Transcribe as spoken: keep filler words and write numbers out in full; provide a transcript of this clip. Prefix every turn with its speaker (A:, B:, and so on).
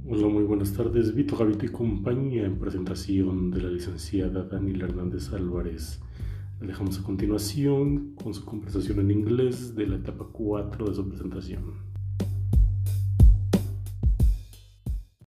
A: Hola, muy buenas tardes. Vito Gavito y compañía en presentación de la licenciada Daniela Hernández Álvarez. La dejamos a continuación con su conversación en inglés de la etapa cuatro de su presentación.